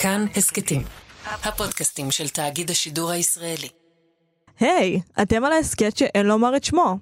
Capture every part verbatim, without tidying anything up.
כאן הסקטים, הפודקאסטים של תאגיד השידור הישראלי. היי, hey, אתם על ההסקט שאין לומר את שמו.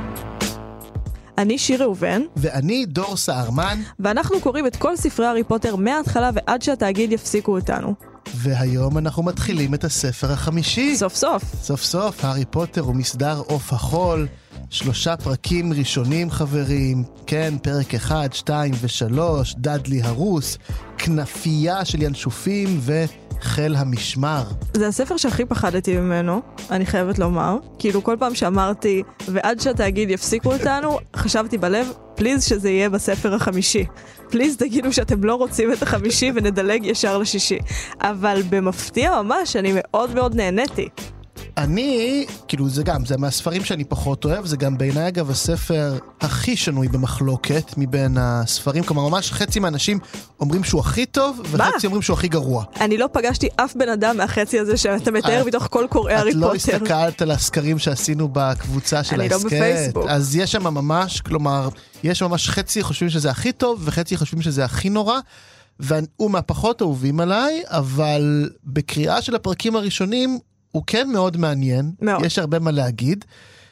אני שיר ראובן. ואני דור סערמן. ואנחנו קוראים את כל ספרי הארי פוטר מההתחלה ועד שהתאגיד יפסיקו אותנו. והיום אנחנו מתחילים את הספר החמישי. סוף סוף. סוף סוף, הארי פוטר הוא מסדר עוף החול. שלושה פרקים ראשונים חברים. כן, פרק אחד, שתיים ושלוש, דאדלי הרוס, כנפייה של ינשופים וחיל המשמר. זה הספר שהכי פחדתי ממנו, אני חייבת לומר. כאילו כל פעם שאמרתי, ועד שהתאגיד יפסיקו אותנו, חשבתי בלב, פליז שזה יהיה בספר החמישי. פליז תגידו שאתם לא רוצים את החמישי ונדלג ישר לשישי. אבל במפתיע ממש, אני מאוד מאוד נהניתי. אני, כאילו זה גם, זה מהספרים שאני פחות אוהב, זה גם בעיניי אגב הספר הכי שנוי במחלוקת מבין הספרים, כלומר ממש חצי מהאנשים אומרים שהוא הכי טוב, וחצי מה? אומרים שהוא הכי גרוע. אני לא פגשתי אף בן אדם מהחצי הזה שאתה מתאר מתוך כל קוראי הארי פוטר. את לא הסתכלת על הסקרים שעשינו בקבוצה של ההסקט. אני לא בפייסבוק. אז יש שם ממש, כלומר, יש ממש חצי חושבים שזה הכי טוב, וחצי חושבים שזה הכי נורא, והוא מהפחות אהובים עליי, אבל בקריאה של הפרקים הראשונים, הוא כן מאוד מעניין, מאוד. יש הרבה מה להגיד,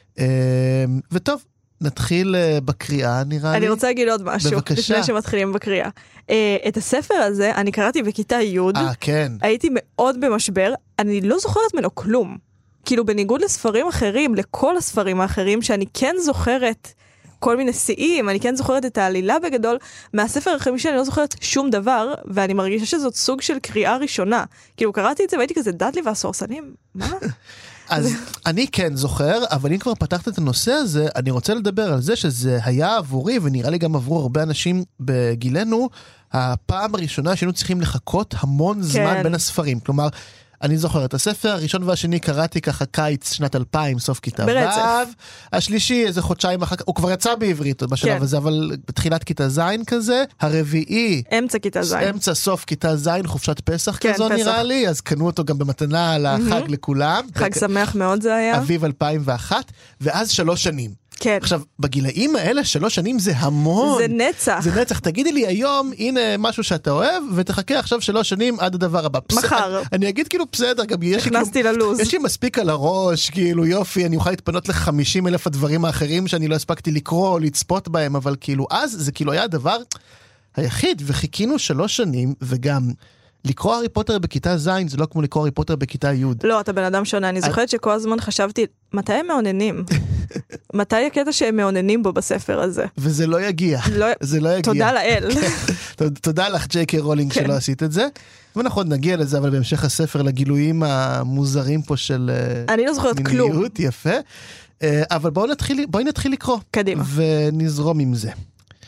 וטוב, נתחיל בקריאה נראה לי. אני רוצה להגיד עוד משהו, בבקשה. לפני שמתחילים בקריאה. את הספר הזה, אני קראתי בכיתה י', אה, כן. הייתי מאוד במשבר, אני לא זוכרת ממנו כלום. כאילו בניגוד לספרים אחרים, לכל הספרים האחרים, שאני כן זוכרת כל מיני שיאים, אני כן זוכרת את העלילה בגדול, מהספר החמישי אני לא זוכרת שום דבר, ואני מרגישה שזאת סוג של קריאה ראשונה. כאילו קראתי את זה והייתי כזה, דאדלי והסורסנים, מה? אז אני כן זוכר, אבל אם כבר פתחת את הנושא הזה, אני רוצה לדבר על זה שזה היה עבורי, ונראה לי גם עברו הרבה אנשים בגילנו, הפעם הראשונה שהיינו צריכים לחכות המון זמן כן. בין הספרים. כלומר, אני זוכר את הספר, הראשון והשני קראתי ככה קיץ שנת אלפיים, סוף כיתה ברצף. ו', השלישי איזה חודשיים אחר כך, הוא כבר יצא בעברית בשלב כן. הזה, אבל בתחילת כיתה ז' כזה, הרביעי, אמצע כיתה ז', אמצע סוף כיתה ז', חופשת פסח כן, כזו פסח. נראה לי, אז קנו אותו גם במתנה לחג mm-hmm. לכולם. חג ו... שמח מאוד זה היה. אביב אלפיים ואחת, ואז שלוש שנים. כן. עכשיו, בגילאים האלה, שלוש שנים זה המון. זה נצח. זה נצח. תגידי לי היום, הנה משהו שאתה אוהב, ותחכה עכשיו שלוש שנים עד הדבר הבא. מחר. אני, אני אגיד כאילו, בסדר, גם יש לי, כאילו, ללוז. יש לי מספיק על הראש, כאילו, יופי, אני אוכל להתפנות ל-חמישים אלף הדברים האחרים שאני לא הספקתי לקרוא או לצפות בהם, אבל כאילו, אז זה כאילו היה הדבר היחיד, וחיכינו שלוש שנים, וגם לקרוא הארי פוטר בכיתה ז' זה לא כמו לקרוא הארי פוטר בכיתה י'. לא, אתה בן אדם שונה. אני זוכרת שכל הזמן חשבתי, מתי הם מעוננים? מתי הקטע שהם מעוננים בו בספר הזה? וזה לא יגיע. זה לא יגיע. תודה לאל. תודה לך ג'יי קיי רולינג שלא עשית את זה. ואנחנו עוד נגיע לזה, אבל בהמשך הספר לגילויים המוזרים פה של אני לא זוכרת כלום. יפה. אבל בואו נתחיל, בואי נתחיל לקרוא. קדימה. ונזרום עם זה.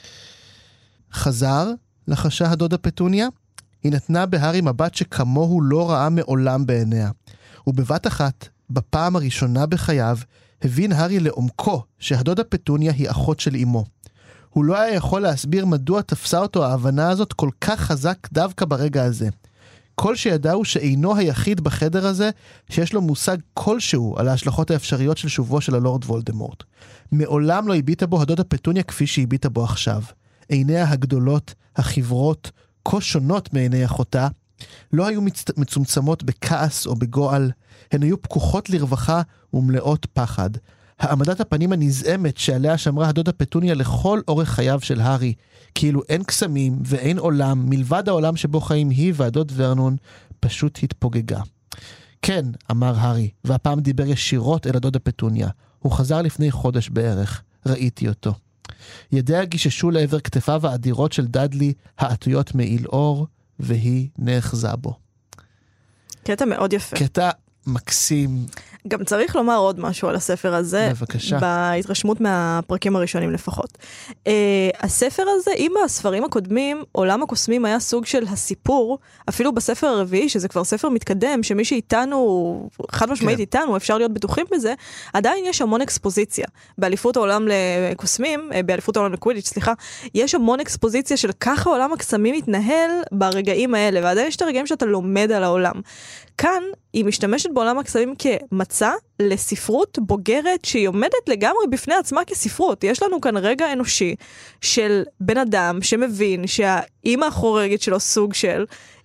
חזר לחשה הדודה פטוניה. היא נתנה בהרי מבט שכמוהו לא ראה מעולם בעיניה. ובבת אחת, בפעם הראשונה בחייו, הבין הרי לעומקו שהדודה פטוניה היא אחות של אמו. הוא לא היה יכול להסביר מדוע תפסה אותו ההבנה הזאת כל כך חזק דווקא ברגע הזה. כל שידע הוא שאינו היחיד בחדר הזה שיש לו מושג כלשהו על ההשלכות האפשריות של שובו של הלורד וולדמורט. מעולם לא הביטה בו הדודה פטוניה כפי שהביטה בו עכשיו. עיניה הגדולות, החברות, כה שונות מעיני אחותה, לא היו מצ... מצומצמות בכעס או בגועל, הן היו פקוחות לרווחה ומלאות פחד. העמדת הפנים הנזעמת שעליה שמרה הדודה פטוניה לכל אורך חייו של הרי, כאילו אין קסמים ואין עולם, מלבד העולם שבו חיים היא והדוד ורנון, פשוט התפוגגה. כן, אמר הרי, והפעם דיבר ישירות אל הדודה פטוניה. הוא חזר לפני חודש בערך, ראיתי אותו. ידיה גיששו לעבר כתפיו האדירות של דאדלי, העטויות מעיל אור, והיא נאחזה בו. קטע מאוד יפה. קטע מקסים. גם צריך לומר עוד משהו על הספר הזה. בבקשה. בהתרשמות מהפרקים הראשונים לפחות. Uh, הספר הזה, אם בספרים הקודמים, עולם הקוסמים היה סוג של הסיפור, אפילו בספר הרביעי, שזה כבר ספר מתקדם, שמי שאיתנו, חד משמעית כן. איתנו, אפשר להיות בטוחים בזה, עדיין יש המון אקספוזיציה. באליפות העולם לקוסמים, באליפות העולם לקווידיץ', סליחה, יש המון אקספוזיציה של ככה עולם הקסמים מתנהל ברגעים האלה, ועדיין יש את הרגעים שאתה לומד על העולם. כאן היא משתמשת בעולם הקסמים כמצע לספרות בוגרת שהיא עומדת לגמרי בפני עצמה כספרות. יש לנו כאן רגע אנושי של בן אדם שמבין שהאימא החורגת שלו סוג של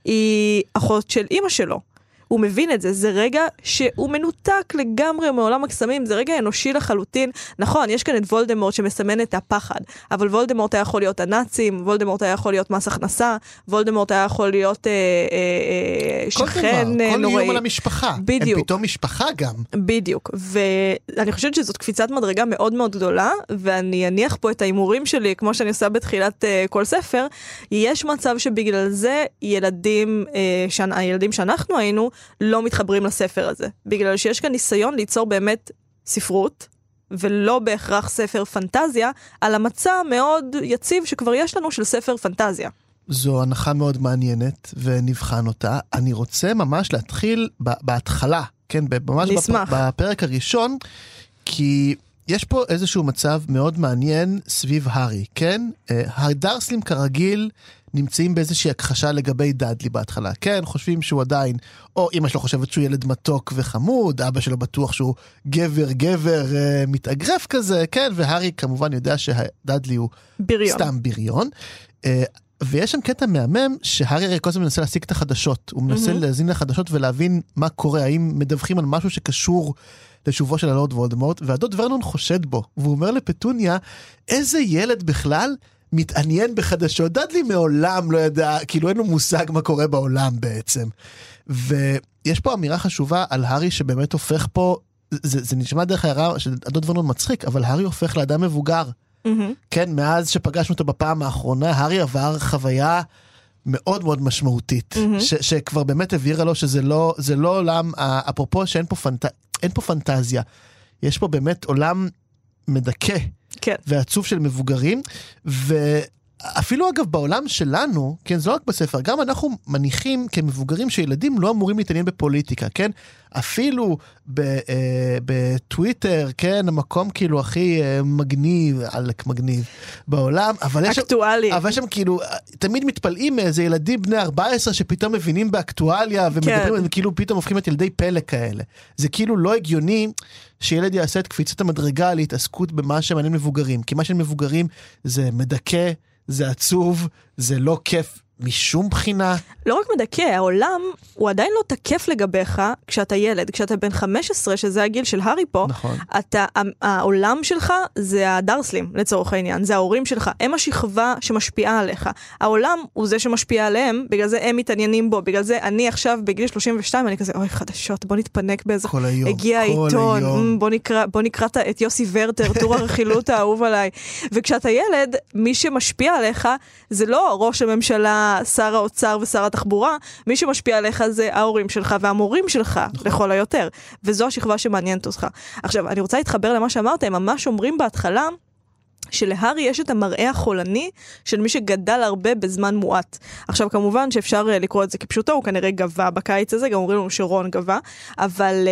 היא אחות של אמא שלו. הוא מבין את זה, זה רגע שהוא מנותק לגמרי מעולם הקסמים, זה רגע אנושי לחלוטין. נכון, יש כאן את וולדמורט שמסמן את הפחד, אבל וולדמורט היה יכול להיות הנאצים, וולדמורט היה יכול להיות מס הכנסה, וולדמורט היה יכול להיות אה, אה, שכן כל דבר, כל נוראי. איום על המשפחה. בדיוק. הם פתאום משפחה גם. בדיוק, ואני חושבת שזאת קפיצת מדרגה מאוד מאוד גדולה, ואני אניח פה את האימורים שלי, כמו שאני עושה בתחילת uh, כל ספר, יש מצב שבגלל זה ילדים, uh, שנ... הילדים שאנחנו היינו, לא מתחברים לספר הזה, בגלל שיש כאן ניסיון ליצור באמת ספרות, ולא בהכרח ספר פנטזיה, על המצע מאוד יציב שכבר יש לנו של ספר פנטזיה. זו הנחה מאוד מעניינת, ונבחן אותה. אני רוצה ממש להתחיל בהתחלה, כן, ממש נשמח. בפרק הראשון, כי יש פה איזשהו מצב מאוד מעניין סביב הארי, כן? הדרסלים כרגיל נמצאים באיזושהי הכחשה לגבי דאדלי בהתחלה, כן? חושבים שהוא עדיין, או אמא שלו חושבת שהוא ילד מתוק וחמוד, אבא שלו בטוח שהוא גבר גבר מתאגרף כזה, כן? והארי כמובן יודע שדאדלי הוא בריון. סתם בריון. ויש שם קטע מהמם שהארי הרי כל הזמן מנסה להשיג את החדשות, הוא מנסה mm-hmm. להזין לחדשות ולהבין מה קורה, האם מדווחים על משהו שקשור לשובו של הלורד וולדמורט, והדוד ורנון חושד בו, והוא אומר לפטוניה, איזה ילד בכלל מתעניין בחדשות, דאדלי מעולם לא ידע, כאילו אין לו מושג מה קורה בעולם בעצם, ויש פה אמירה חשובה על הארי שבאמת הופך פה, זה, זה נשמע דרך הערה שהדוד ורנון מצחיק, אבל הארי הופך לאדם מבוגר, Mm-hmm. כן, מאז שפגשנו אותו בפעם האחרונה, הארי עבר חוויה מאוד מאוד משמעותית, mm-hmm. ש- שכבר באמת הבהירה לו שזה לא, זה לא עולם, אפרופו שאין פה, פנט... אין פה פנטזיה, יש פה באמת עולם מדכא, כן. ועצוב של מבוגרים, ואפילו אגב בעולם שלנו, כן, זה לא רק בספר, גם אנחנו מניחים כמבוגרים שילדים לא אמורים להתעניין בפוליטיקה, כן, אפילו בטוויטר, כן, המקום כאילו הכי מגניב, עלק מגניב בעולם, אבל יש אקטואלי. שם, אבל שם כאילו, תמיד מתפלאים מאיזה ילדים בני ארבע עשרה שפתאום מבינים באקטואליה, ומדברים, הם כאילו פתאום הופכים את ילדי פלא כאלה. זה כאילו לא הגיוני שילד יעשה את קפיצת המדרגה להתעסקות במה שמעניין מבוגרים, כי מה של מבוגרים זה מדכא, זה עצוב, זה לא כיף משום בחינה. לא רק מדכא, העולם הוא עדיין לא תקף לגביך כשאתה ילד, כשאתה בן חמש עשרה, שזה הגיל של הארי פה, נכון. אתה, העולם שלך זה הדרסלים, לצורך העניין, זה ההורים שלך, הם השכבה שמשפיעה עליך. העולם הוא זה שמשפיע עליהם, בגלל זה הם מתעניינים בו, בגלל זה אני עכשיו בגיל שלושים ושתיים, אני כזה, אוי חדשות, בוא נתפנק באיזה, כל היום, הגיע העיתון, בוא נקרא, בוא נקרא את יוסי ורטר, טור הרכילות האהוב עליי. וכשאתה ילד, מי שמשפיע עליך, זה לא ראש הממשלה, שר האוצר ושר התחבורה, מי שמשפיע עליך זה ההורים שלך והמורים שלך, לכל היותר. וזו השכבה שמעניינת אותך. עכשיו, אני רוצה להתחבר למה שאמרת, הם ממש אומרים בהתחלה, שלהארי יש את המראה החולני של מי שגדל הרבה בזמן מועט. עכשיו, כמובן שאפשר לקרוא את זה כפשוטו, הוא כנראה גבה בקיץ הזה, גם אומרים לנו שרון גבה, אבל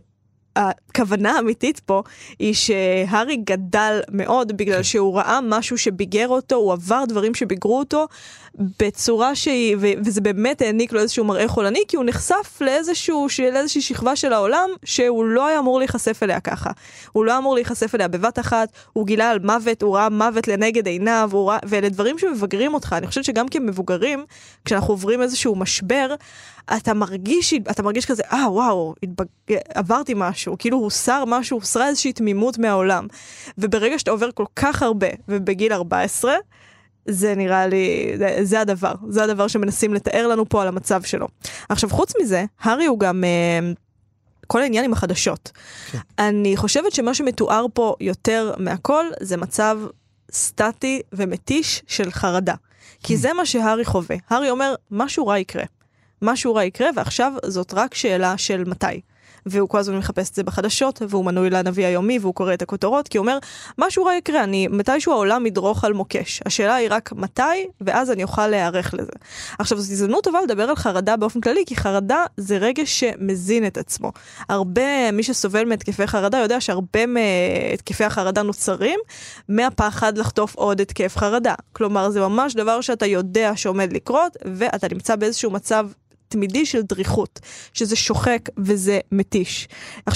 הכוונה האמיתית פה היא שהארי גדל מאוד בגלל שהוא ראה משהו שביגר אותו, הוא עבר דברים שביגרו אותו בצורה שהיא, וזה באמת העניק לו איזשהו מראה חולני, כי הוא נחשף לאיזשהו, לאיזושהי שכבה של העולם שהוא לא היה אמור להיחשף אליה ככה. הוא לא אמור להיחשף אליה בבת אחת, הוא גילה על מוות, הוא ראה מוות לנגד עיניו, ראה, ואלה דברים שמבגרים אותך. אני חושבת שגם כמבוגרים, כשאנחנו עוברים איזשהו משבר, אתה מרגיש, אתה מרגיש כזה, אה, וואו, התבג... עברתי משהו, כאילו הוא שר משהו, הוסרה איזושהי תמימות מהעולם. וברגע שאתה עובר כל כך הרבה, ובגיל ארבע עשרה, זה נראה לי, זה, זה הדבר, זה הדבר שמנסים לתאר לנו פה על המצב שלו. עכשיו, חוץ מזה, הארי הוא גם אה, כל העניין עם החדשות. כן. אני חושבת שמה שמתואר פה יותר מהכל, זה מצב סטטי ומתיש של חרדה. כי זה מה שהארי חווה. הארי אומר, משהו רע יקרה. משהו רע יקרה, ועכשיו זאת רק שאלה של מתי. והוא כל הזמן מחפש את זה בחדשות, והוא מנוי לנביא היומי, והוא קורא את הכותרות, כי הוא אומר, משהו רע יקרה, אני, מתישהו העולם ידרוך על מוקש. השאלה היא רק מתי, ואז אני אוכל להיערך לזה. עכשיו, זו הזדמנות טובה לדבר על חרדה באופן כללי, כי חרדה זה רגש שמזין את עצמו. הרבה, מי שסובל מהתקפי חרדה, יודע שהרבה מהתקפי החרדה נוצרים, מהפחד לחטוף עוד התקף חרדה. כלומר, זה ממש דבר שאתה יודע שעומד לקרות, ואתה נמצא באיזשהו מצב תמידי של דריכות, שזה שוחק וזה מתיש. עכשיו,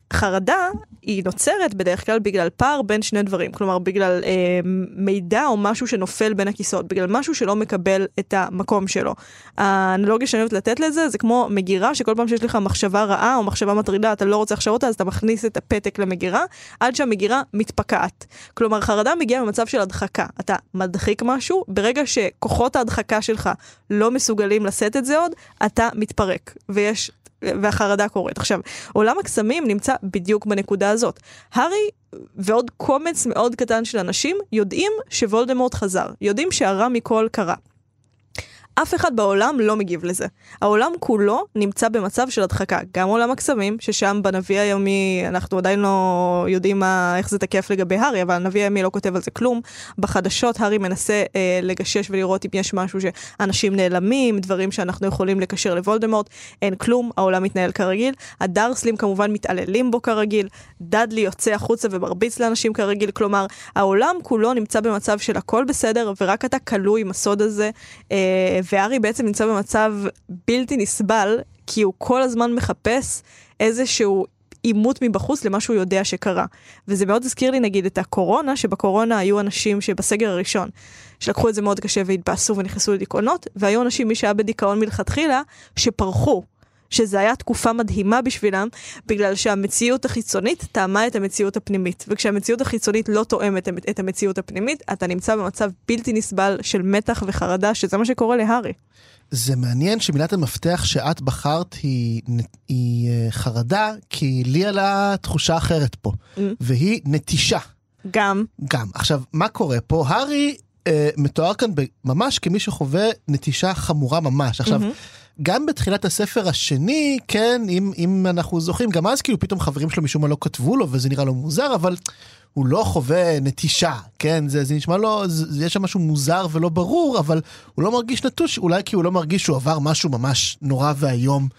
חרדה היא נוצרת בדרך כלל בגלל פער בין שני דברים, כלומר בגלל אה, מידע או משהו שנופל בין הכיסאות, בגלל משהו שלא מקבל את המקום שלו. האנלוגיה שאני אוהבת לתת לזה, זה כמו מגירה, שכל פעם שיש לך מחשבה רעה או מחשבה מטרידה, אתה לא רוצה לחשוב אותה, אז אתה מכניס את הפתק למגירה, עד שהמגירה מתפקעת. כלומר, חרדה מגיעה במצב של הדחקה. אתה מדחיק משהו, ברגע שכוחות ההדחקה שלך לא מסוגלים לשאת את זה עוד, אתה מתפרק, ויש והחרדה קורית. עכשיו, עולם הקסמים נמצא בדיוק בנקודה הזאת. הארי ועוד קומץ מאוד קטן של אנשים יודעים שוולדמורט חזר. יודעים שהרע מכל קרה. אף אחד בעולם לא מגיב לזה. העולם כולו נמצא במצב של הדחקה. גם עולם הקסמים, ששם בנביא היומי, אנחנו עדיין לא יודעים מה, איך זה תקף לגבי הארי, אבל הנביא היומי לא כותב על זה כלום. בחדשות הארי מנסה אה, לגשש ולראות אם יש משהו שאנשים נעלמים, דברים שאנחנו יכולים לקשר לוולדמורט. אין כלום, העולם מתנהל כרגיל. הדרסלים כמובן מתעללים בו כרגיל. דאדלי יוצא החוצה ומרביץ לאנשים כרגיל. כלומר, העולם כולו נמצא במצב של הכל בסדר, ורק אתה כלוא עם הסוד הזה, אה, והארי בעצם נמצא במצב בלתי נסבל, כי הוא כל הזמן מחפש איזשהו עימות מבחוץ למה שהוא יודע שקרה. וזה מאוד הזכיר לי נגיד את הקורונה, שבקורונה היו אנשים שבסגר הראשון, שלקחו את זה מאוד קשה והתבאסו ונכנסו לדיכאונות, והיו אנשים, מי שהיה בדיכאון מלכתחילה, שפרחו. שזה היה תקופה מדהימה בשבילם, בגלל שהמציאות החיצונית טעמה את המציאות הפנימית. וכשהמציאות החיצונית לא תואמת את המציאות הפנימית, אתה נמצא במצב בלתי נסבל של מתח וחרדה, שזה מה שקורה להארי. זה מעניין שמילת המפתח שאת בחרת היא, היא חרדה, כי לי עלה תחושה אחרת פה, mm. והיא נטישה. גם. גם. עכשיו, מה קורה פה? הארי אה, מתואר כאן ממש כמי שחווה נטישה חמורה ממש. עכשיו, mm-hmm. גם בתחילת הספר השני, כן, אם, אם אנחנו זוכרים, גם אז כאילו פתאום חברים שלו משום מה לא כתבו לו, וזה נראה לו מוזר, אבל הוא לא חווה נטישה, כן, זה, זה נשמע לו, זה, יש שם משהו מוזר ולא ברור, אבל הוא לא מרגיש נטוש, אולי כי הוא לא מרגיש שהוא עבר משהו ממש נורא והיום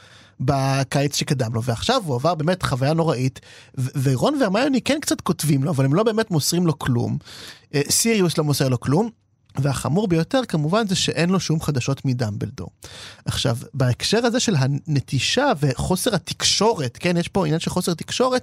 בקיץ שקדם לו, ועכשיו הוא עבר באמת חוויה נוראית, ורון והרמיוני כן קצת כותבים לו, אבל הם לא באמת מוסרים לו כלום, סיריוס לא מוסר לו כלום, והחמור ביותר כמובן זה שאין לו שום חדשות מדמבלדור. עכשיו, בהקשר הזה של הנטישה וחוסר התקשורת, כן, יש פה עניין של חוסר תקשורת,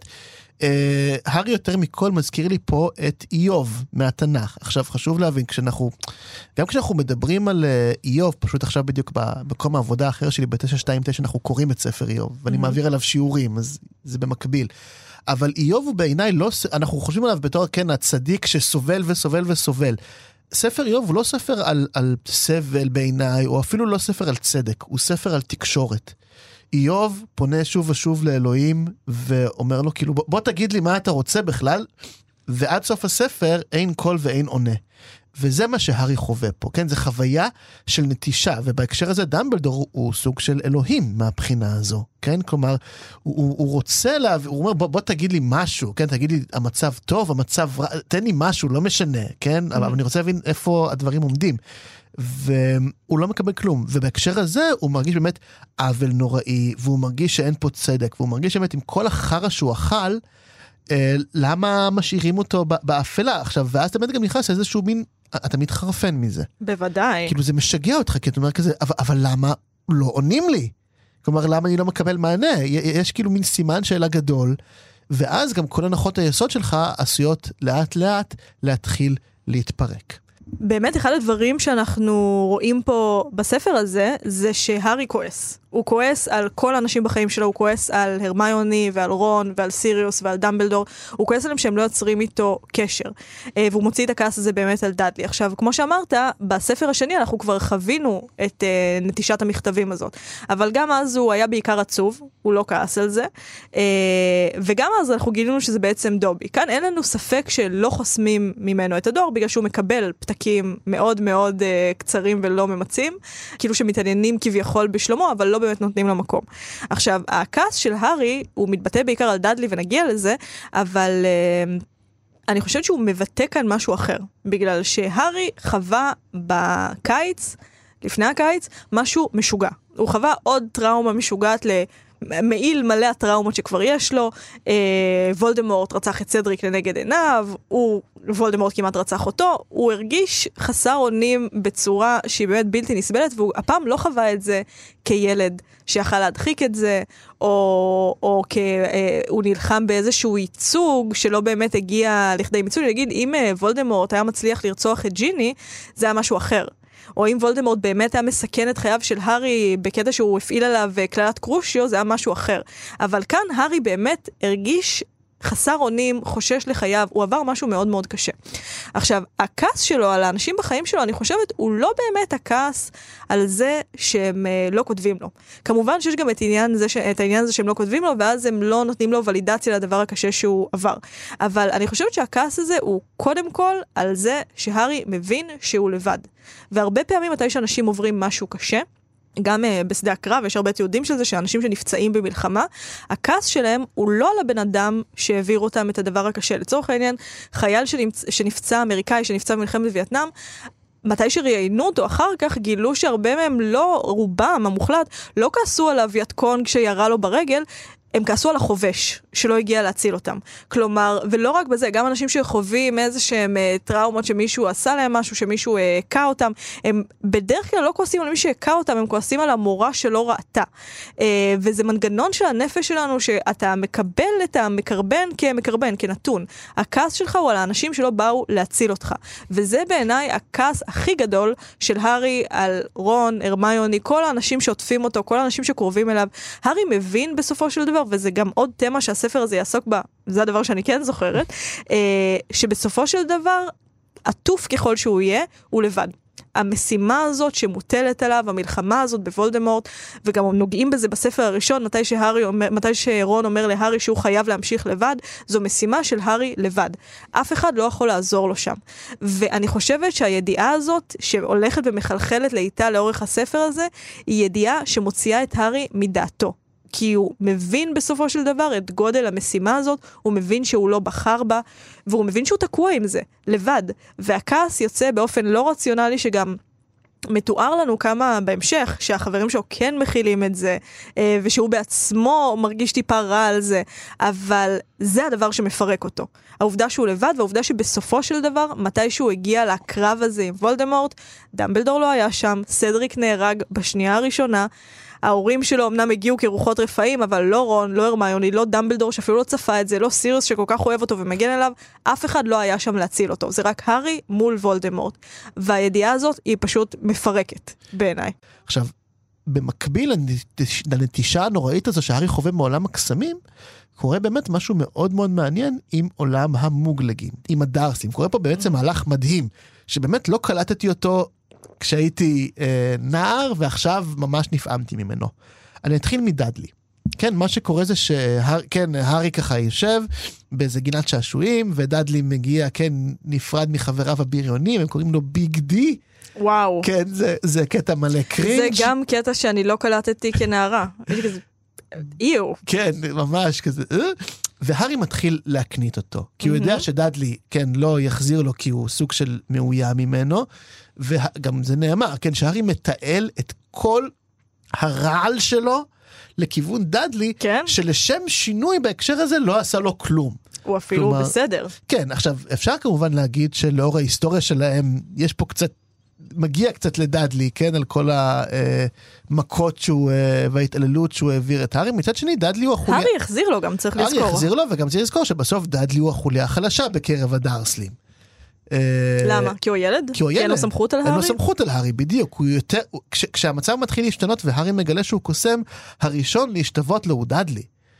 אה, הארי יותר מכל מזכיר לי פה את איוב מהתנ"ך. עכשיו, חשוב להבין, כשאנחנו, גם כשאנחנו מדברים על איוב, פשוט עכשיו בדיוק במקום העבודה האחר שלי, ב-תשע שתיים תשע אנחנו קוראים את ספר איוב, ואני mm-hmm. מעביר עליו שיעורים, אז זה במקביל. אבל איוב הוא בעיניי לא, אנחנו חושבים עליו בתור, כן, הצדיק שסובל וסובל וסובל. ספר איוב הוא לא ספר על, על סבל בעיניי, או אפילו לא ספר על צדק, הוא ספר על תקשורת. איוב פונה שוב ושוב לאלוהים, ואומר לו, כאילו, בוא, בוא תגיד לי מה אתה רוצה בכלל, ועד סוף הספר אין קול ואין עונה. וזה מה שהארי חווה פה, כן? זה חוויה של נטישה, ובהקשר הזה דמבלדור הוא סוג של אלוהים מהבחינה הזו, כן? כלומר, הוא, הוא, הוא רוצה לה, הוא אומר, בוא, בוא תגיד לי משהו, כן? תגיד לי, המצב טוב, המצב רע, תן לי משהו, לא משנה, כן? Mm-hmm. אבל אני רוצה להבין איפה הדברים עומדים. והוא לא מקבל כלום, ובהקשר הזה הוא מרגיש באמת עוול נוראי, והוא מרגיש שאין פה צדק, והוא מרגיש באמת עם כל החרא שהוא אכל, למה משאירים אותו באפלה? עכשיו, ואז אתה באמת גם נכנס איזשהו מין, אתה מתחרפן מזה. בוודאי. כאילו זה משגע אותך, כי אתה אומר כזה, אבל, אבל למה לא עונים לי? כלומר, למה אני לא מקבל מענה? יש כאילו מין סימן שאלה גדול, ואז גם כל הנחות היסוד שלך עשויות לאט לאט להתחיל להתפרק. באמת אחד הדברים שאנחנו רואים פה בספר הזה, זה שהארי כועס. הוא כועס על כל האנשים בחיים שלו, הוא כועס על הרמיוני ועל רון ועל סיריוס ועל דמבלדור, הוא כועס עליהם שהם לא יוצרים איתו קשר. והוא מוציא את הכעס הזה באמת על דאדלי. עכשיו, כמו שאמרת, בספר השני אנחנו כבר חווינו את uh, נטישת המכתבים הזאת. אבל גם אז הוא היה בעיקר עצוב, הוא לא כעס על זה. Uh, וגם אז אנחנו גילינו שזה בעצם דובי. כאן אין לנו ספק שלא חוסמים ממנו את הדור, בגלל שהוא מקבל פתקים מאוד מאוד uh, קצרים ולא ממצים, כאילו שמתעניינים כביכול בשלומו, אבל לא באמת נותנים לו מקום. עכשיו, הכעס של הארי, הוא מתבטא בעיקר על דאדלי ונגיע לזה, אבל uh, אני חושבת שהוא מבטא כאן משהו אחר, בגלל שהארי חווה בקיץ, לפני הקיץ, משהו משוגע. הוא חווה עוד טראומה משוגעת מעיל מלא הטראומות שכבר יש לו, אה, וולדמורט רצח את סדריק לנגד עיניו, הוא, וולדמורט כמעט רצח אותו, הוא הרגיש חסר אונים בצורה שהיא באמת בלתי נסבלת, והוא הפעם לא חווה את זה כילד שיכל להדחיק את זה, או, או שהוא נלחם באיזשהו ייצוג שלא באמת הגיע לכדי מיצוי. נגיד, אם וולדמורט היה מצליח לרצוח את ג'יני, זה היה משהו אחר. או אם וולדמורט באמת היה מסכן את חייו של הארי בקטע שהוא הפעיל עליו כללת קרושיו, זה היה משהו אחר. אבל כאן הארי באמת הרגיש חסר אונים, חושש לחייו, הוא עבר משהו מאוד מאוד קשה. עכשיו, הכעס שלו על האנשים בחיים שלו, אני חושבת, הוא לא באמת הכעס על זה שהם לא כותבים לו. כמובן שיש גם את העניין הזה, את העניין הזה שהם לא כותבים לו, ואז הם לא נותנים לו ולידציה לדבר הקשה שהוא עבר. אבל אני חושבת שהכעס הזה הוא קודם כל על זה שהארי מבין שהוא לבד. והרבה פעמים מתי שאנשים עוברים משהו קשה, גם uh, בשדה הקרב, יש הרבה תיעודים של זה, שאנשים שנפצעים במלחמה, הכעס שלהם הוא לא על הבן אדם שהעביר אותם את הדבר הקשה. לצורך העניין, חייל שנפצ... שנפצע, אמריקאי שנפצע במלחמת וייטנאם, מתי שראיינו אותו אחר כך, גילו שהרבה מהם לא, רובם המוחלט, לא כעסו על הווייטקונג כשירה לו ברגל, הם כעסו על החובש, שלא הגיע להציל אותם. כלומר, ולא רק בזה, גם אנשים שחווים איזה שהם טראומות שמישהו עשה להם משהו, שמישהו הקע אותם, הם בדרך כלל לא כועסים על מי שהקע אותם, הם כועסים על המורה שלא ראתה. וזה מנגנון של הנפש שלנו, שאתה מקבל את המקרבן כמקרבן, כנתון. הכעס שלך הוא על האנשים שלא באו להציל אותך. וזה בעיניי הכעס הכי גדול של הארי על רון, הרמיוני, כל האנשים שעוטפים אותו, כל האנשים שקרובים אליו. הארי מבין בסופו של דבר, וזה גם עוד תמה שהספר הזה יעסוק בה, זה הדבר שאני כן זוכרת, שבסופו של דבר, עטוף ככל שהוא יהיה, הוא לבד. המשימה הזאת שמוטלת עליו, המלחמה הזאת בוולדמורט, וגם נוגעים בזה בספר הראשון, מתי, שהרי, מתי שרון אומר להרי שהוא חייב להמשיך לבד, זו משימה של הארי לבד. אף אחד לא יכול לעזור לו שם. ואני חושבת שהידיעה הזאת, שהולכת ומחלחלת לאיתה לאורך הספר הזה, היא ידיעה שמוציאה את הארי מדעתו. כי הוא מבין בסופו של דבר את גודל המשימה הזאת, הוא מבין שהוא לא בחר בה, והוא מבין שהוא תקוע עם זה, לבד. והכעס יוצא באופן לא רציונלי, שגם מתואר לנו כמה בהמשך, שהחברים שלו כן מכילים את זה, ושהוא בעצמו מרגיש טיפה רע על זה, אבל זה הדבר שמפרק אותו. העובדה שהוא לבד, והעובדה שבסופו של דבר, מתי שהוא הגיע לקרב הזה עם וולדמורט, דמבלדור לא היה שם, סדריק נהרג בשנייה הראשונה, ההורים שלו אמנם הגיעו כרוחות רפאים, אבל לא רון, לא הרמיוני, לא דמבלדור, שאפילו לא צפה את זה, לא סיריוס שכל כך אוהב אותו ומגן אליו, אף אחד לא היה שם להציל אותו. זה רק הארי מול וולדמורט. והידיעה הזאת היא פשוט מפרקת, בעיניי. עכשיו, במקביל לנטישה הנוראית הזו שהארי חווה מעולם הקסמים, קורה באמת משהו מאוד מאוד מעניין עם עולם המוגלגים, עם הדרסים. קורה פה בעצם מהלך מדהים, שבאמת לא קלטתי אותו כשהייתי אה, נער, ועכשיו ממש נפעמתי ממנו. אני אתחיל מדדלי. כן, מה שקורה זה שהר, כן, הארי ככה יושב באיזה גינת שעשועים, ודדלי מגיע, כן, נפרד מחבריו הבריונים, הם קוראים לו ביג די. וואו. כן, זה, זה קטע מלא קרינג'. זה גם קטע שאני לא קלטתי כנערה. יש כזה, איו. כן, ממש כזה. והארי מתחיל להקנית אותו, כי הוא יודע שדדלי, כן, לא יחזיר לו, כי הוא סוג של מאוים ממנו, וגם זה נאמר, כן, שהארי מתעל את כל הרעל שלו לכיוון דדלי, כן? שלשם שינוי בהקשר הזה לא עשה לו כלום. הוא אפילו כלומר, בסדר. כן, עכשיו, אפשר כמובן להגיד שלאור ההיסטוריה שלהם, יש פה קצת, מגיע קצת לדדלי, כן, על כל המכות שהוא, וההתעללות שהוא העביר את הארי. מצד שני, דדלי הוא החוליה... הארי יחזיר לו, גם צריך לזכור. הארי יחזיר לו, וגם צריך לזכור שבסוף דדלי הוא החוליה החלשה בקרב הדרסלים. למה? כי הוא ילד? כי הוא ילד. אין לו סמכות על הארי? אין לו סמכות על הארי, בדיוק. הוא יותר, כש, כשהמצב מתחיל להשתנות והארי מגלה שהוא קוסם, הראשון להשתוות לו הוא דדלי.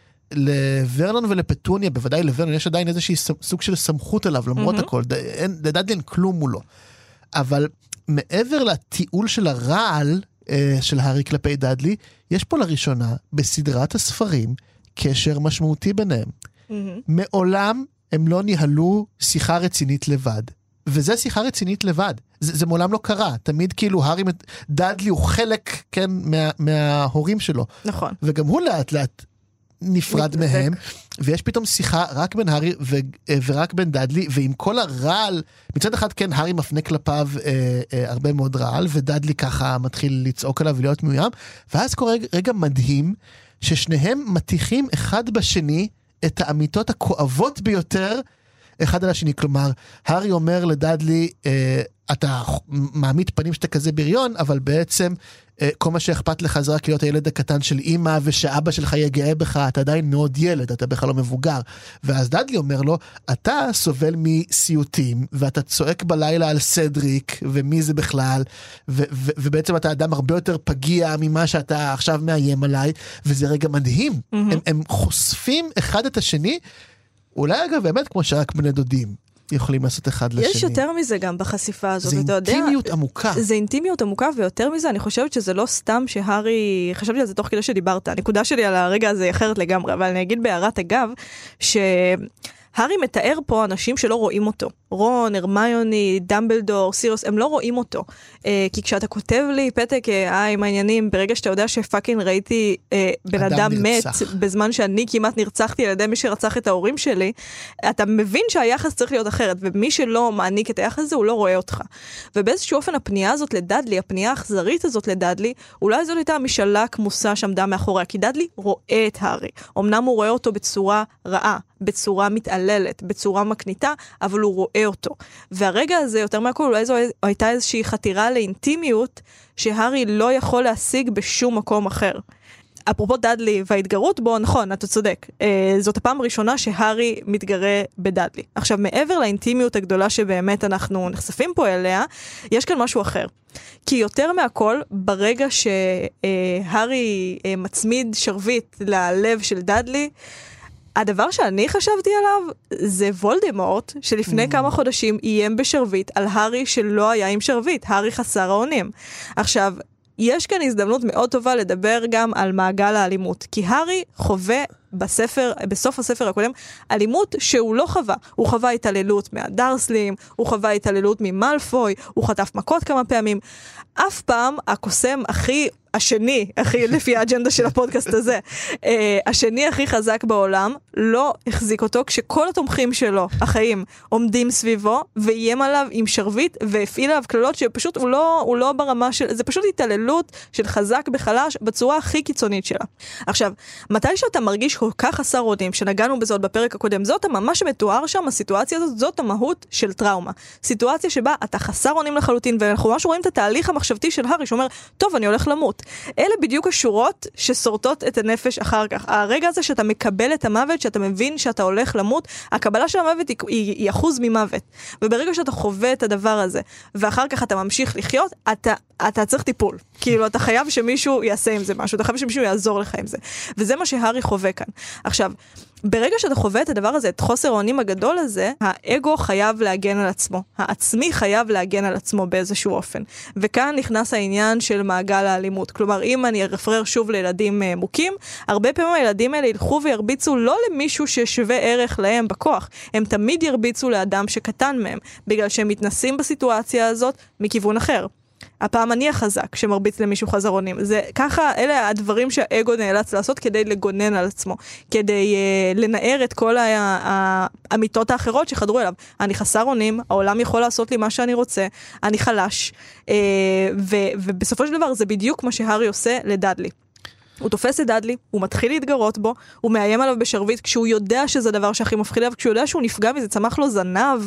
לוורנון ולפטוניה, בוודאי לוורנון, יש עדיין איזושהי סוג של סמכות עליו, למרות mm-hmm. הכל. אין, לדדלי אין כלום מולו. אבל מעבר לטיעול של הרעל אה, של הארי כלפי דדלי, יש פה לראשונה בסדרת הספרים קשר משמעותי ביניהם. Mm-hmm. מעולם הם לא ניהלו שיחה רצינית לבד. וזה שיחה רצינית לבד. זה, זה מעולם לא קרה. תמיד כאילו הארי, דדלי הוא חלק, כן, מה, מההורים שלו. נכון. וגם הוא לאט לאט נפרד מהם, ויש פתאום שיחה רק בין הארי ו, ורק בין דדלי, ועם כל הרעל, מצד אחד כן, הארי מפנה כלפיו אה, אה, הרבה מאוד רעל, ודדלי ככה מתחיל לצעוק עליו ולהיות מאוים, ואז קורה רגע מדהים, ששניהם מתיחים אחד בשני את האמיתות הכואבות ביותר אחד על השני. כלומר, הארי אומר לדאדלי, אה, אתה מעמיד פנים שאתה כזה בריון, אבל בעצם אה, כל מה שאכפת לך זה רק להיות הילד הקטן של אמא, ושאבא שלך יגאה בך, אתה עדיין מאוד ילד, אתה בכלל לא מבוגר. ואז דאדלי אומר לו, אתה סובל מסיוטים, ואתה צועק בלילה על סדריק, ומי זה בכלל, ו- ו- ובעצם אתה אדם הרבה יותר פגיע ממה שאתה עכשיו מאיים עליי, וזה רגע מדהים. Mm-hmm. הם, הם חושפים אחד את השני, אולי אגב באמת כמו שרק בני דודים יכולים לעשות אחד לשני. יש יותר מזה גם בחשיפה הזאת. זה אינטימיות יודע, עמוקה. זה אינטימיות עמוקה, ויותר מזה אני חושבת שזה לא סתם שהרי, חשבתי על זה תוך כדי שדיברת, הנקודה שלי על הרגע הזה היא אחרת לגמרי, אבל אני אגיד בהערת אגב, שהרי מתאר פה אנשים שלא רואים אותו. רון, הרמיוני, דמבלדור, סיריוס, הם לא רואים אותו. אה, כי כשאתה כותב לי פתק, אה, עם העניינים, ברגע שאתה יודע שפאקינג ראיתי אה, בן אדם, אדם מת, בזמן שאני כמעט נרצחתי על ידי מי שרצח את ההורים שלי, אתה מבין שהיחס צריך להיות אחרת, ומי שלא מעניק את היחס הזה, הוא לא רואה אותך. ובאיזשהו אופן הפנייה הזאת לדאדלי, הפנייה האכזרית הזאת לדאדלי, אולי זאת הייתה המשאלה כמוסה שעמדה מאחוריה, כי דאדלי רואה את הארי. אמנם הוא רואה אותו בצורה רעה, בצורה מתעללת, בצורה מקניטה, אבל הוא רואה אותו. והרגע הזה, יותר מהכל, אולי זו הייתה איזושהי חתירה לאינטימיות, שהארי לא יכול להשיג בשום מקום אחר. אפרופו דאדלי וההתגרות בו, נכון, אתה צודק. אה, זאת הפעם הראשונה שהארי מתגרה בדאדלי. עכשיו, מעבר לאינטימיות הגדולה שבאמת אנחנו נחשפים פה אליה, יש כאן משהו אחר. כי יותר מהכל, ברגע שהארי אה, מצמיד שרביט ללב של דאדלי, הדבר שאני חשבתי עליו זה וולדמורט, שלפני mm. כמה חודשים איים בשרביט על הארי שלא היה עם שרביט, הארי חסר האונים. עכשיו, יש כאן הזדמנות מאוד טובה לדבר גם על מעגל האלימות, כי הארי חווה בספר, בסוף הספר הקודם, אלימות שהוא לא חווה. הוא חווה התעללות מהדרסלים, הוא חווה התעללות ממלפוי, הוא חטף מכות כמה פעמים. אף פעם הקוסם הכי, השני, הכי לפי האג'נדה של הפודקאסט הזה, אה, השני הכי חזק בעולם, לא החזיק אותו, כשכל התומכים שלו, החיים, עומדים סביבו, ואיים עליו עם שרביט, והפעיל עליו כללות שפשוט הוא לא, הוא לא ברמה של, זה פשוט התעללות של חזק בחלש, בצורה הכי קיצונית שלה. עכשיו, מתי שאתה מרגיש כל כך חסר אונים, שנגענו בזאת בפרק הקודם, זאת ממש מתואר שם, הסיטואציה הזאת, זאת המהות של טראומה. סיטואציה שבה אתה חסר אונים לחלוטין, ואנחנו ממש רואים את התהליך המחשבתי של הארי, שאומר, טוב, אני הולך למות. אלה בדיוק השורות ששורטות את הנפש אחר כך. הרגע הזה שאתה מקבל את המוות, שאתה מבין שאתה הולך למות, הקבלה של המוות היא, היא, היא אחוז ממוות. וברגע שאתה חווה את הדבר הזה, ואחר כך אתה ממשיך לחיות, אתה, אתה צריך טיפול. כאילו, אתה חייב שמישהו יעשה עם זה משהו, אתה חייב שמישהו יעזור לך עם זה. וזה מה שהארי חווה כאן. עכשיו, ברגע שאתה חווה את הדבר הזה, את חוסר האונים הגדול הזה, האגו חייב להגן על עצמו. העצמי חייב להגן על עצמו באיזשהו אופן. וכאן נכנס העניין של מעגל האלימות. כלומר, אם אני ארפרר שוב לילדים מוכים, הרבה פעמים הילדים האלה ילכו וירביצו לא למישהו ששווה ערך להם בכוח. הם תמיד ירביצו לאדם שקטן מהם, בגלל שהם מתנסים בסיטואציה הזאת מכיוון אחר. הפעם אני החזק שמרביץ למישהו חזרונים. זה ככה, אלה הדברים שהאגו נאלץ לעשות כדי לגונן על עצמו, כדי uh, לנער את כל האמיתות האחרות שחדרו אליו. אני חסר אונים, העולם יכול לעשות לי מה שאני רוצה, אני חלש, uh, ו- ובסופו של דבר זה בדיוק מה שהארי עושה לדאדלי. הוא תופס את דאדלי, הוא מתחיל להתגרות בו, הוא מאיים עליו בשרביט, כשהוא יודע שזה הדבר שהכי מפחיד עליו, כשהוא יודע שהוא נפגע וזה צמח לו זנב,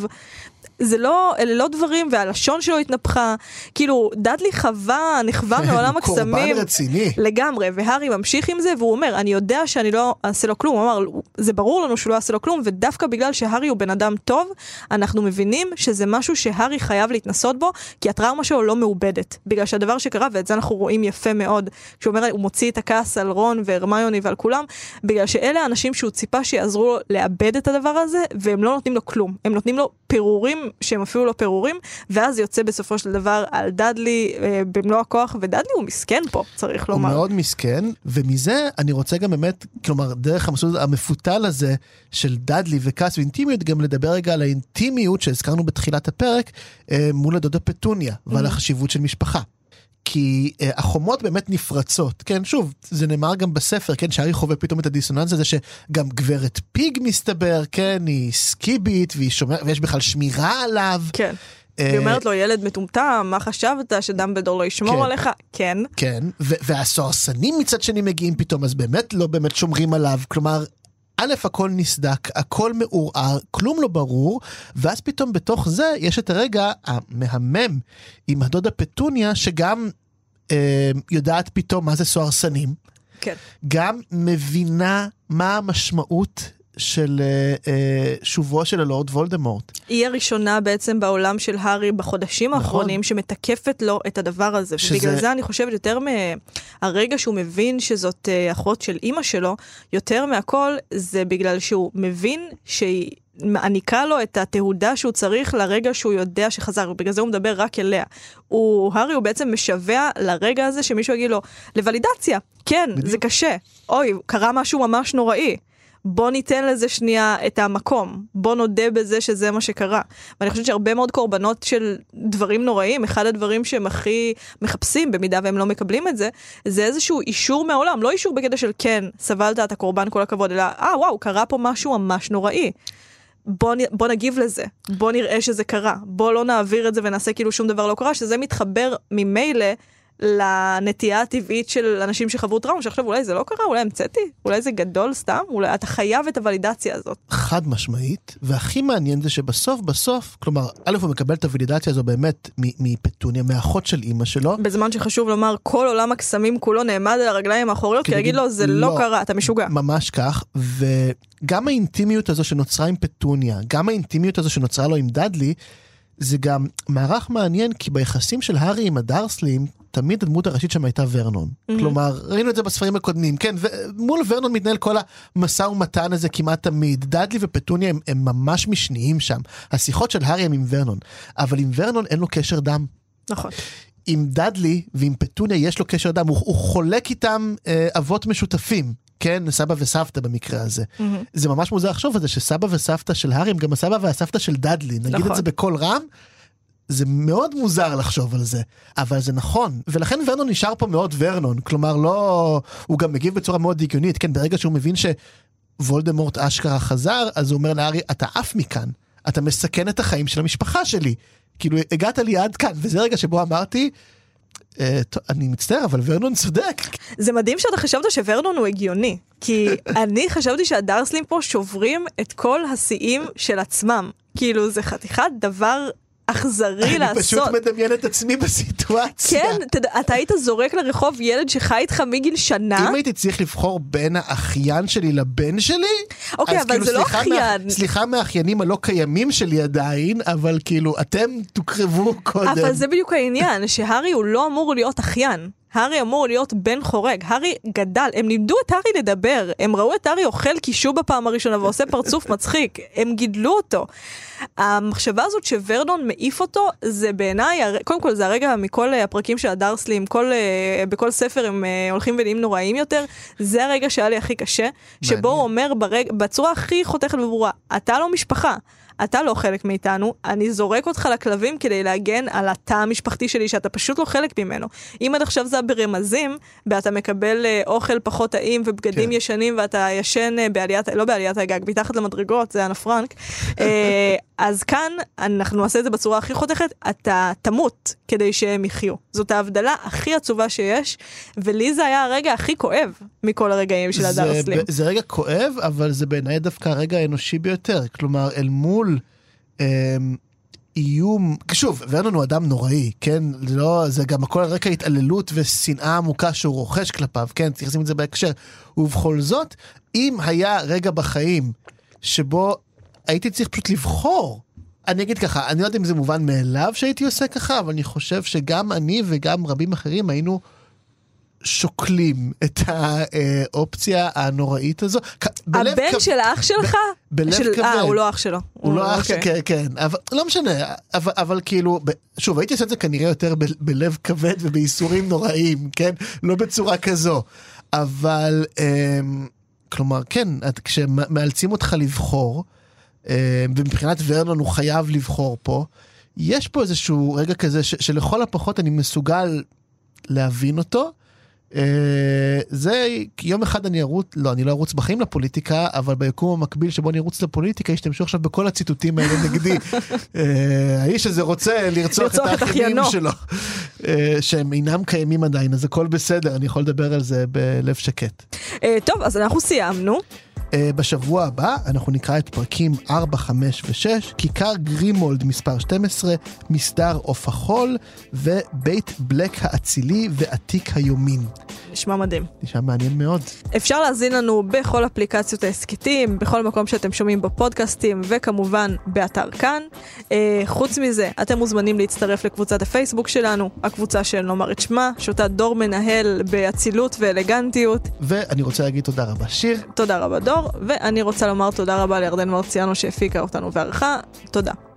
זה לא, אלה לא דברים, והלשון שלו התנפחה, כאילו, דאדלי חווה, נחווה מעולם הקסמים. קורבן רציני. לגמרי, והארי ממשיך עם זה, והוא אומר, אני יודע שאני לא אעשה לו כלום, הוא אמר, זה ברור לנו שהוא לא אעשה לו כלום, ודווקא בגלל שהארי הוא בן אדם טוב, אנחנו מבינים שזה משהו שהארי חייב להתנסות בו, כי הטראומה שלו לא מעובדת, בגלל שהדבר שקרה, ואת זה אנחנו רואים יפה מאוד, כשהוא אומר, הוא מוציא את הכעס על רון והרמיוני ועל כולם, בגלל שאלה האנשים שהוא ציפה שיעזרו לו לאבד את הדבר הזה, והם לא נותנים לו כלום. הם נותנים לו פירורים שהם אפילו לא פירורים, ואז יוצא בסופו של דבר על דאדלי אה, במלוא הכוח, ודאדלי הוא מסכן פה, צריך לומר. הוא מאוד מסכן, ומזה אני רוצה גם באמת, כלומר, דרך המסלול המפותל הזה של דאדלי וכעס ואינטימיות, גם לדבר רגע על האינטימיות שהזכרנו בתחילת הפרק, אה, מול הדודה פטוניה, ועל mm-hmm. החשיבות של משפחה. כי uh, החומות באמת נפרצות, כן, שוב, זה נאמר גם בספר, כן, שהארי חווה פתאום את הדיסוננס הזה, שגם גברת פיג מסתבר, כן, היא סקיבית, והיא שומר, ויש בכלל שמירה עליו, כן. היא אומרת לו, ילד מטומטם, מה חשבת שדמבלדור לא ישמור עליך? כן. כן, והסוהרסנים מצד שני מגיעים פתאום, אז באמת לא באמת שומרים עליו, כלומר, א', הכל נסדק, הכל מעורער, כלום לא ברור, ואז פתאום בתוך זה יש את הרגע המהמם עם הדודה פטוניה, שגם אה, יודעת פתאום מה זה סוהרסנים, כן. גם מבינה מה המשמעות של uh, uh, שובו של הלורד וולדמורט. היא הראשונה בעצם בעולם של הארי בחודשים נכון. האחרונים שמתקפת לו את הדבר הזה. שזה... ובגלל זה אני חושבת יותר מהרגע שהוא מבין שזאת uh, אחות של אמא שלו, יותר מהכל זה בגלל שהוא מבין שהיא מעניקה לו את התהודה שהוא צריך לרגע שהוא יודע שחזר, ובגלל זה הוא מדבר רק אליה. הוא, הארי הוא בעצם משווה לרגע הזה שמישהו יגיד לו, לוולידציה, כן, בדיוק. זה קשה. אוי, קרה משהו ממש נוראי. בוא ניתן לזה שנייה את המקום. בוא נודה בזה שזה מה שקרה. ואני חושבת שהרבה מאוד קורבנות של דברים נוראים, אחד הדברים שהם הכי מחפשים, במידה והם לא מקבלים את זה, זה איזשהו אישור מהעולם. לא אישור בקטע של כן, סבלת את הקורבן כל הכבוד, אלא, אה, וואו, קרה פה משהו ממש נוראי. בוא, בוא נגיב לזה. בוא נראה שזה קרה. בוא לא נעביר את זה ונעשה כאילו שום דבר לא קרה, שזה מתחבר ממילא לנטייה הטבעית של אנשים שחוו טראומה, שעכשיו אולי זה לא קרה, אולי המצאתי, אולי זה גדול סתם, אולי אתה חייב את הוולידציה הזאת. חד משמעית, והכי מעניין זה שבסוף, בסוף, כלומר, א' הוא מקבל את הוולידציה הזו באמת מפטוניה, מהאחות של אמא שלו. בזמן שחשוב לומר, כל עולם הקסמים כולו נעמד על הרגליים האחוריות, כי יגיד לו, זה לא קרה, אתה משוגע. ממש כך, וגם האינטימיות הזו שנוצרה עם פטוניה, גם האינטימיות הזו שנוצרה לו עם דאדלי, זה גם מערך מעניין, כי ביחסים של הארי עם הדרסלים, תמיד הדמות הראשית שם הייתה ורנון. Mm-hmm. כלומר, ראינו את זה בספרים הקודמים, כן, ומול ורנון מתנהל כל המסע ומתן הזה כמעט תמיד. דאדלי ופטוניה הם, הם ממש משניים שם. השיחות של הארי הם עם ורנון, אבל עם ורנון אין לו קשר דם. נכון. עם דאדלי ועם פטוניה יש לו קשר דם, הוא, הוא חולק איתם אה, אבות משותפים. כן, סבא וסבתא במקרה הזה. Mm-hmm. זה ממש מוזר לחשוב על זה, שסבא וסבתא של הארי הם גם הסבא והסבתא של דאדלי. נגיד נכון. את זה בכל רם, זה מאוד מוזר לחשוב על זה, אבל זה נכון, ולכן ורנון נשאר פה מאוד ורנון, כלומר לא, הוא גם מגיב בצורה מאוד הגיונית, כן, ברגע שהוא מבין שוולדמורט אשכרה חזר, אז הוא אומר להארי, אתה עף מכאן, אתה מסכן את החיים של המשפחה שלי, כאילו הגעת לי עד כאן, וזה רגע שבו אמרתי, אה, טוב, אני מצטער, אבל ורנון צודק. זה מדהים שאתה חשבת שוורנון הוא הגיוני, כי אני חשבתי שהדרסלים פה שוברים את כל השיאים של עצמם, כאילו זה חתיכת דבר אכזרי לעשות. אני פשוט מדמיין את עצמי בסיטואציה. כן, אתה היית זורק לרחוב ילד שחי איתך מגיל שנה. אם הייתי צריך לבחור בין האחיין שלי לבן שלי, אוקיי, אבל זה לא אחיין. סליחה מהאחיינים הלא קיימים שלי עדיין, אבל כאילו, אתם תוקרבו קודם. אבל זה בדיוק העניין, שהארי הוא לא אמור להיות אחיין. הארי אמור להיות בן חורג. הארי גדל, הם לימדו את הארי לדבר, הם ראו את הארי אוכל קישו בפעם הראשונה ועושה פרצוף מצחיק, הם גידלו אותו. המחשבה הזאת שוורנון מעיף אותו, זה בעיניי, קודם כל זה הרגע מכל הפרקים של הדרסלים, כל, בכל ספר הם הולכים ונהיים נוראים יותר, זה הרגע שהיה לי הכי קשה, שבו הוא אומר ברג, בצורה הכי חותכת וברורה, אתה לא משפחה, אתה לא חלק מאיתנו, אני זורק אותך לכלבים כדי להגן על התא המשפחתי שלי, שאתה פשוט לא חלק ממנו. אם עד עכשיו זה ברמזים, ואתה מקבל אוכל פחות טעים ובגדים כן. ישנים, ואתה ישן בעליית, לא בעליית הגג, מתחת למדרגות, זה אנה פרנק, אז כאן אנחנו נעשה את זה בצורה הכי חותכת, אתה תמות כדי שהם יחיו. זאת ההבדלה הכי עצובה שיש, ולי זה היה הרגע הכי כואב מכל הרגעים של הדרסלים. זה רגע כואב, אבל זה בעיניי דווקא הרגע האנושי ביותר. כלומר, אל מול אה, איום, שוב, ורנון הוא אדם נוראי, כן? לא, זה גם הכל על רקע התעללות ושנאה עמוקה שהוא רוכש כלפיו, כן? צריך לשים את זה בהקשר. ובכל זאת, אם היה רגע בחיים שבו הייתי צריך פשוט לבחור. אני אגיד ככה, אני לא יודע אם זה מובן מאליו שהייתי עושה ככה, אבל אני חושב שגם אני וגם רבים אחרים היינו שוקלים את האופציה הנוראית הזו. הבן של האח שלך? בלב כבד. אה, הוא לא אח שלו. הוא לא אח שלו, כן, כן. לא משנה, אבל כאילו, שוב, הייתי עושה את זה כנראה יותר בלב כבד ובייסורים נוראים, כן? לא בצורה כזו. אבל, כלומר, כן, כשמאלצים אותך לבחור, ומבחינת ורנון הוא חייב לבחור פה, יש פה איזשהו רגע כזה ש- שלכל הפחות אני מסוגל להבין אותו, זה, יום אחד אני ארוץ, לא, אני לא ארוץ בחיים לפוליטיקה, אבל ביקום המקביל שבו אני ארוץ לפוליטיקה, ישתמשו עכשיו בכל הציטוטים האלה נגדי. האיש הזה רוצה לרצוח את האחיינים שלו, שהם אינם קיימים עדיין, אז הכל בסדר, אני יכול לדבר על זה בלב שקט. טוב, אז אנחנו סיימנו. בשבוע הבא אנחנו נקרא את פרקים ארבע, חמש ושש, כיכר גרימולד מספר שתים עשרה, מסדר עוף החול, ובית בלק האצילי ועתיק היומין. נשמע מדהים. נשמע מעניין מאוד. אפשר להזין לנו בכל אפליקציות העסקתים, בכל מקום שאתם שומעים בפודקאסטים, וכמובן באתר כאן. אה, חוץ מזה, אתם מוזמנים להצטרף לקבוצת הפייסבוק שלנו, הקבוצה של נאמר את שמה, שאותה דור מנהל באצילות ואלגנטיות. ואני רוצה להגיד תודה רבה שיר. תודה רבה דור, ואני רוצה לומר תודה רבה לירדן מרציאנו שהפיקה אותנו וערכה. תודה.